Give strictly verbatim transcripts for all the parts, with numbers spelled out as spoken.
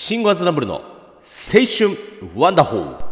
シンゴアズナブルの青春ワンダホー。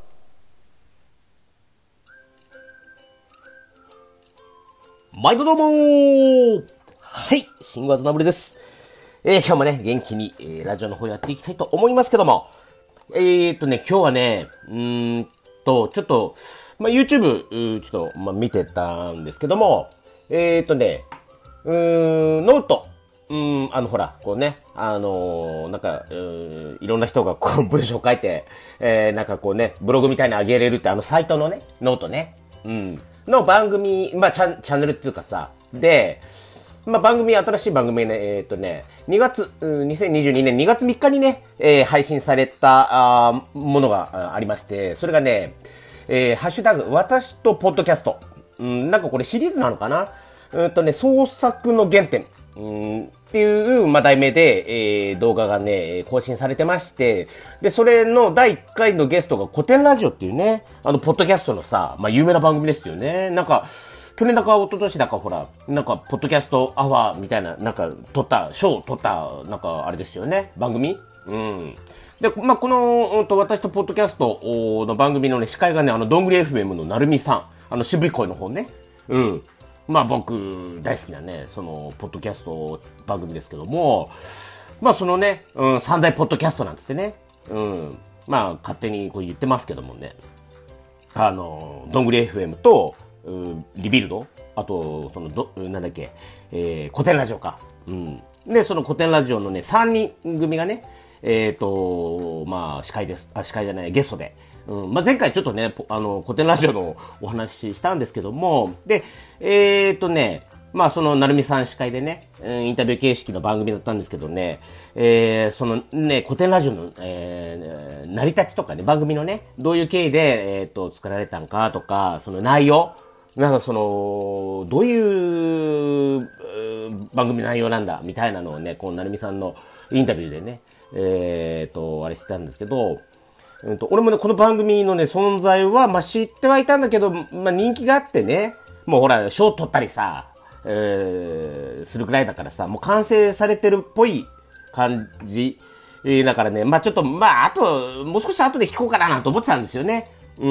毎度どうもー。はい、シンゴアズナブルです。えー、今日もね、元気に、えー、ラジオの方やっていきたいと思いますけども。えーとね、今日はね、うーんと、ちょっと、まあ、YouTube、ちょっと、まあ、見てたんですけども、えーとね、うーん、ノート。うん、あの、ほら、こうね、あのー、なんか、うーいろんな人がこう文章を書いて、えー、なんかこうね、ブログみたいに上げれるってあのサイトのね、ノートね、うん、の番組、まあ、チャン、チャンネルっていうかさ、で、まあ、番組、新しい番組ね、えっとね、にがつ、にせんにじゅうにねんにがつみっかにね、えー、配信された、あものがありまして、それがね、えー、ハッシュタグ、私とポッドキャスト。うん、なんかこれシリーズなのかなうんとね、創作の原点。うんっていう、まあ、題名で、えー、動画がね、更新されてまして、で、それのだいいっかいのゲストが古典ラジオっていうね、あの、ポッドキャストのさ、まあ、有名な番組ですよね。なんか、去年だか一昨年だかほら、なんか、ポッドキャストアワーみたいな、なんか、撮った、賞を取った、なんか、あれですよね、番組うん。で、まあ、この、うんと、私とポッドキャストの番組のね、司会がね、あの、どんぐり エフエム のなるみさん、あの、渋い声の方ね。うん。まあ僕大好きなね、そのポッドキャスト番組ですけども、まあそのね、うん、三大ポッドキャストなんつってね、うん、まあ勝手にこう言ってますけどもね、あの、どんぐり エフエム と、うん、リビルド、あと、そのど、なんだっけ、えー、古典ラジオか。うん。で、その古典ラジオのね、さんにん組がね、えっと、まあ司会です。あ、司会じゃない、ゲストで。うんまあ、前回ちょっとね、あの、古典ラジオのお話したんですけども、で、えー、っとね、まあその、なるみさん司会でね、インタビュー形式の番組だったんですけどね、えー、そのね、古典ラジオの、えー、成り立ちとかね、番組のね、どういう経緯で、えー、っと、作られたんかとか、その内容、なんかその、どういう、番組内容なんだ、みたいなのをね、こう、なるみさんのインタビューでね、えー、っと、あれしてたんですけど、うんと、俺もね、この番組のね、存在は、まあ、知ってはいたんだけど、まあ、人気があってね、もうほら、賞取ったりさ、えー、するくらいだからさ、もう完成されてるっぽい感じ。えー、だからね、まあ、ちょっと、まあ、あと、もう少し後で聞こうかなと思ってたんですよね。うん。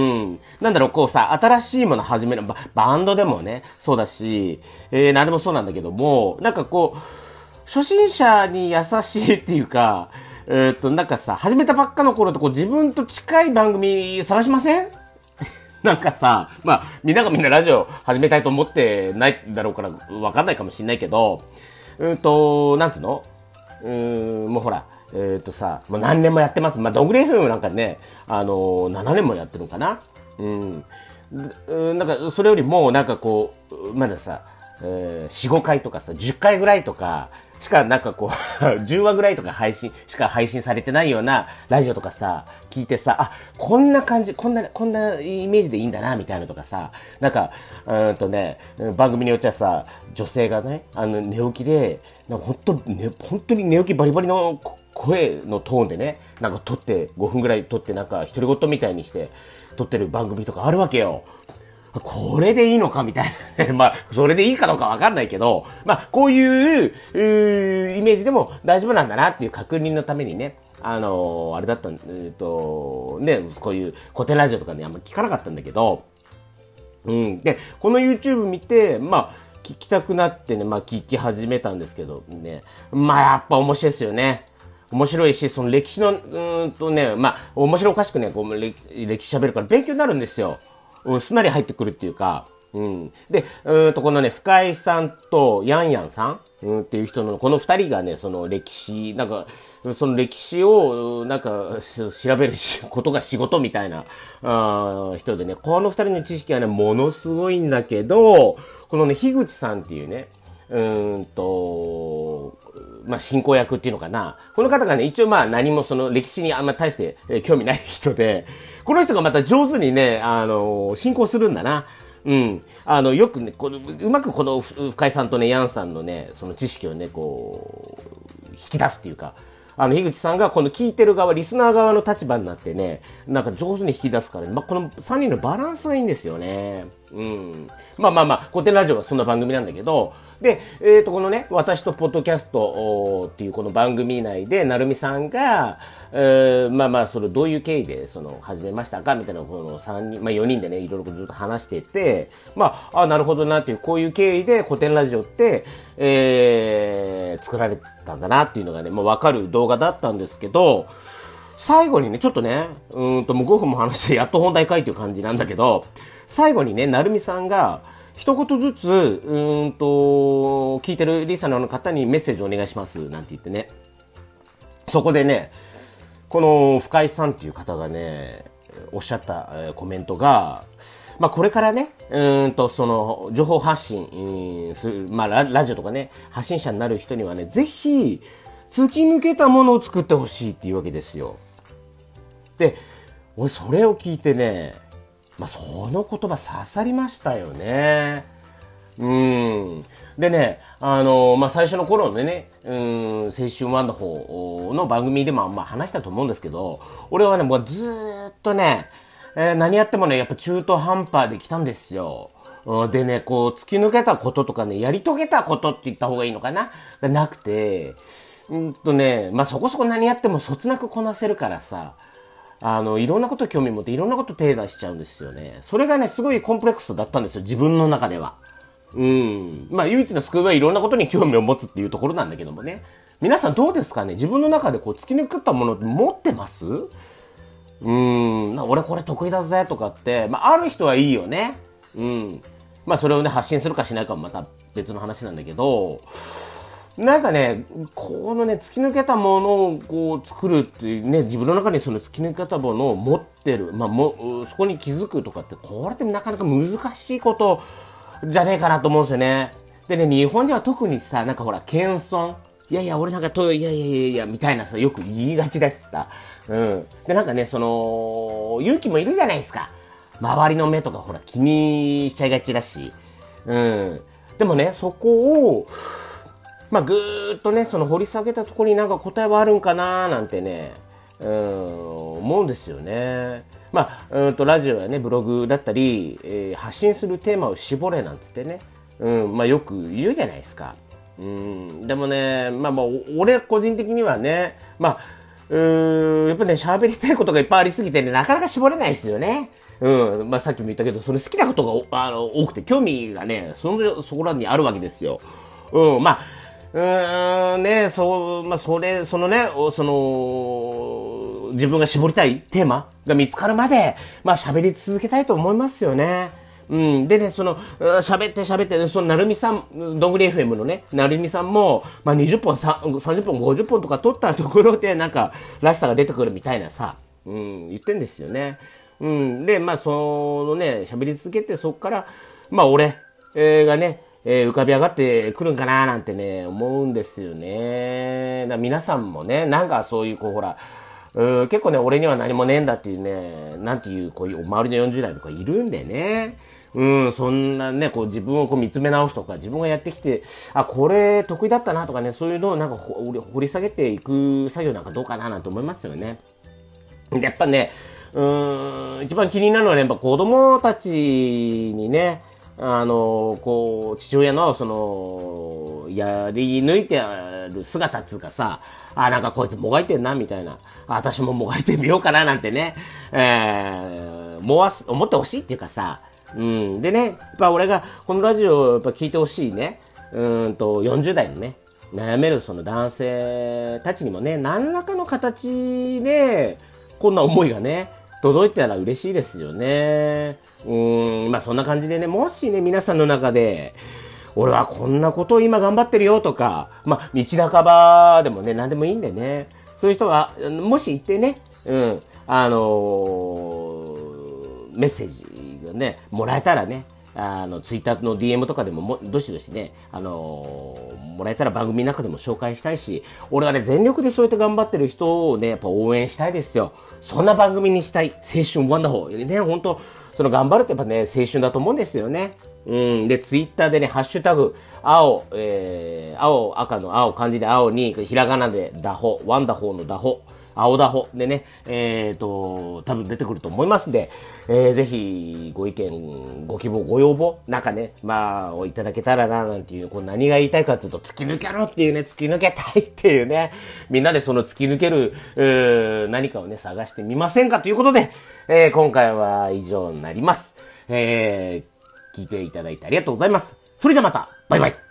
なんだろう、こうさ、新しいもの始める、バ、バンドでもね、そうだし、えー、何でもそうなんだけども、なんかこう、初心者に優しいっていうか、えー、っと、なんかさ、始めたばっかの頃とこう自分と近い番組探しませんなんかさ、まあ、みんながみんなラジオ始めたいと思ってないだろうからわかんないかもしんないけど、うんと、なんつうのうーん、もうほら、えー、っとさ、もう何年もやってます。まあ、どんぐり エフエム なんかね、あのー、ななねんもやってるのかなうん。なんか、それよりも、なんかこう、まださ、えー、よん、ごかいとかさ、じゅっかいぐらいとか、しかなんかこう、じゅうわぐらいとか配信、しか配信されてないようなラジオとかさ、聞いてさ、あ、こんな感じ、こんな、こんなイメージでいいんだな、みたいなのとかさ、なんか、うーんとね、番組によっちゃさ、女性がね、あの、寝起きで、なんかほんと、ね、本当に寝起きバリバリの声のトーンでね、なんか撮って、ごふんぐらい撮って、なんか独り言みたいにして、撮ってる番組とかあるわけよ。これでいいのかみたいなね。まあ、それでいいかどうかわかんないけど、まあ、こういう、うイメージでも大丈夫なんだなっていう確認のためにね、あのー、あれだったん、えっと、ね、こういう古典ラジオとかね、あんま聞かなかったんだけど、うん。で、この YouTube 見て、まあ、聞きたくなってね、まあ、聞き始めたんですけどね、まあ、やっぱ面白いですよね。面白いし、その歴史の、うーんとね、まあ、面白おかしくね、こう歴歴史喋るから勉強になるんですよ。すなり入ってくるっていうか、うん。で、うんと、このね、深井さんとヤンヤンさん、うん、っていう人の、この二人がね、その歴史、なんか、その歴史を、なんか、調べることが仕事みたいな、あ人でね、この二人の知識はね、ものすごいんだけど、このね、樋口さんっていうね、うーんと、まあ、進行役っていうのかな。この方がね、一応まあ何もその歴史にあんま大して、えー、興味ない人で、この人がまた上手にね、あのー、進行するんだな。うん。あの、よくね、この、うまくこの深井さんとね、ヤンさんのね、その知識をね、こう、引き出すっていうか、あの、樋口さんがこの聞いてる側、リスナー側の立場になってね、なんか上手に引き出すから、ね、まあ、このさんにんのバランスがいいんですよね。うん。まあまあまあ、古典ラジオはそんな番組なんだけど、 で、えっと、このね、私とポッドキャストっていうこの番組内で、なるみさんが、えー、まあまあ、それどういう経緯で、その、始めましたかみたいな、このさんにん、まあよにんでね、いろいろずっと話してて、まあ、あ、なるほどなっていう、こういう経緯で古典ラジオって、えー、作られたんだなっていうのがね、まあわかる動画だったんですけど、最後にね、ちょっとね、うーんと、もうごふんも話してやっと本題かいっていう感じなんだけど、最後にね、なるみさんが、一言ずつ、うーんと、聞いてるリスナーの方にメッセージお願いします、なんて言ってね。そこでね、この深井さんっていう方がね、おっしゃった、えー、コメントが、まあこれからね、うーんと、その、情報発信、えー、する、まあラ、ラジオとかね、発信者になる人にはね、ぜひ、突き抜けたものを作ってほしいっていうわけですよ。で、俺それを聞いてね、まあ、その言葉刺さりましたよね。うん。でね、あの、まあ、最初の頃のね、うん、青春ワンダホーの番組でもまあ話したと思うんですけど、俺はね、もうずーっとね、えー、何やってもね、やっぱ中途半端で来たんですよ。でね、こう、突き抜けたこととかね、やり遂げたことって言った方がいいのかながなくて、うんとね、まあ、そこそこ何やってもそつなくこなせるからさ、あの、いろんなこと興味持っていろんなこと手出しちゃうんですよね。それがね、すごいコンプレックスだったんですよ、自分の中では。うん。まあ、唯一の救いはいろんなことに興味を持つっていうところなんだけどもね。皆さんどうですかね、自分の中でこう突き抜けたものって持ってます？うーん。俺これ得意だぜとかって、まあ、ある人はいいよね。うん。まあ、それをね、発信するかしないかもまた別の話なんだけど、なんかね、このね、突き抜けたものをこう作るっていうね、自分の中にその突き抜けたものを持ってる、まあも、そこに気づくとかって、これってなかなか難しいことじゃねえかなと思うんですよね。でね、日本人は特にさ、なんかほら、謙遜。いやいや、俺なんかと、いやいやいやいや、みたいなさ、よく言いがちですさ。うん。で、なんかね、その、勇気もいるじゃないですか。周りの目とかほら、気にしちゃいがちだし。うん。でもね、そこを、まあ、ぐーっとね、その掘り下げたところになんか答えはあるんかなーなんてね、うん、思うんですよね。まあ、うんと、ラジオやね、ブログだったり、えー、発信するテーマを絞れなんつってね、うん、まあ、よく言うじゃないですか。うん、でもね、まあまあ、俺個人的にはね、まあ、うーん、やっぱね、喋りたいことがいっぱいありすぎてね、なかなか絞れないですよね。うん、まあさっきも言ったけど、その好きなことが、あの、多くて、興味がね、その、そこらにあるわけですよ。うん、まあ、うーん、ね、そう、まあ、それ、そのね、その、自分が絞りたいテーマが見つかるまで、まあ、喋り続けたいと思いますよね。うん。でね、その、喋って喋って、その、なるみさん、どんぐり エフエム のね、なるみさんも、まあ、にじゅっぽん、さんじゅっぽん、ごじゅっぽんとか撮ったところで、なんか、らしさが出てくるみたいなさ、うん、言ってんですよね。うん。で、まあ、そのね、喋り続けて、そっから、まあ、俺、えー、がね、えー、浮かび上がってくるんかななんてね、思うんですよね。だ皆さんもね、なんかそういう、こう、ほら、う結構ね、俺には何もねえんだっていうね、なんていう、こういう、周りのよんじゅう代とかいるんでね。うん、そんなね、こう自分をこう見つめ直すとか、自分がやってきて、あ、これ得意だったなとかね、そういうのをなんか掘り下げていく作業なんかどうかななんて思いますよね。やっぱね、うーん、一番気になるのはね、やっぱ子供たちにね、あの、こう、父親の、その、やり抜いてある姿つうかさ、あ、なんかこいつもがいてんな、みたいな。あ、私ももがいてみようかな、なんてね、えー、思わす、思ってほしいっていうかさ、うん。でね、やっぱ俺が、このラジオをやっぱ聞いてほしいね、うーんと、よんじゅう代のね、悩めるその男性たちにもね、何らかの形で、こんな思いがね、届いたら嬉しいですよね。うーん、まあそんな感じでね、もしね、皆さんの中で、俺はこんなことを今頑張ってるよとか、まあ道半ばでもね、何でもいいんでね、そういう人が、もしいてね、うん、あのー、メッセージがね、もらえたらね、あの、ツイッターの ディーエム とかでもも、どしどしね、あのー、もらえたら番組の中でも紹介したいし、俺はね、全力でそうやって頑張ってる人をね、やっぱ応援したいですよ。そんな番組にしたい。青春ワンダホー。ね、本当その頑張るってやっぱね、青春だと思うんですよね。うん。で、ツイッターでね、ハッシュタグ、青、えー、青、赤の青、漢字で青に、ひらがなでダホ、ワンダホーのダホ、 青ダホでね、えっと、多分出てくると思いますんで、えー、ぜひ、ご意見、ご希望、ご要望、なんかね、まあ、をいただけたらな、なんていう、こう何が言いたいかっていうと、突き抜けろっていうね、突き抜けたいっていうね、みんなでその突き抜ける、うー何かをね、探してみませんかということで、えー、今回は以上になります。えー、聞いていただいてありがとうございます。それじゃまた、バイバイ。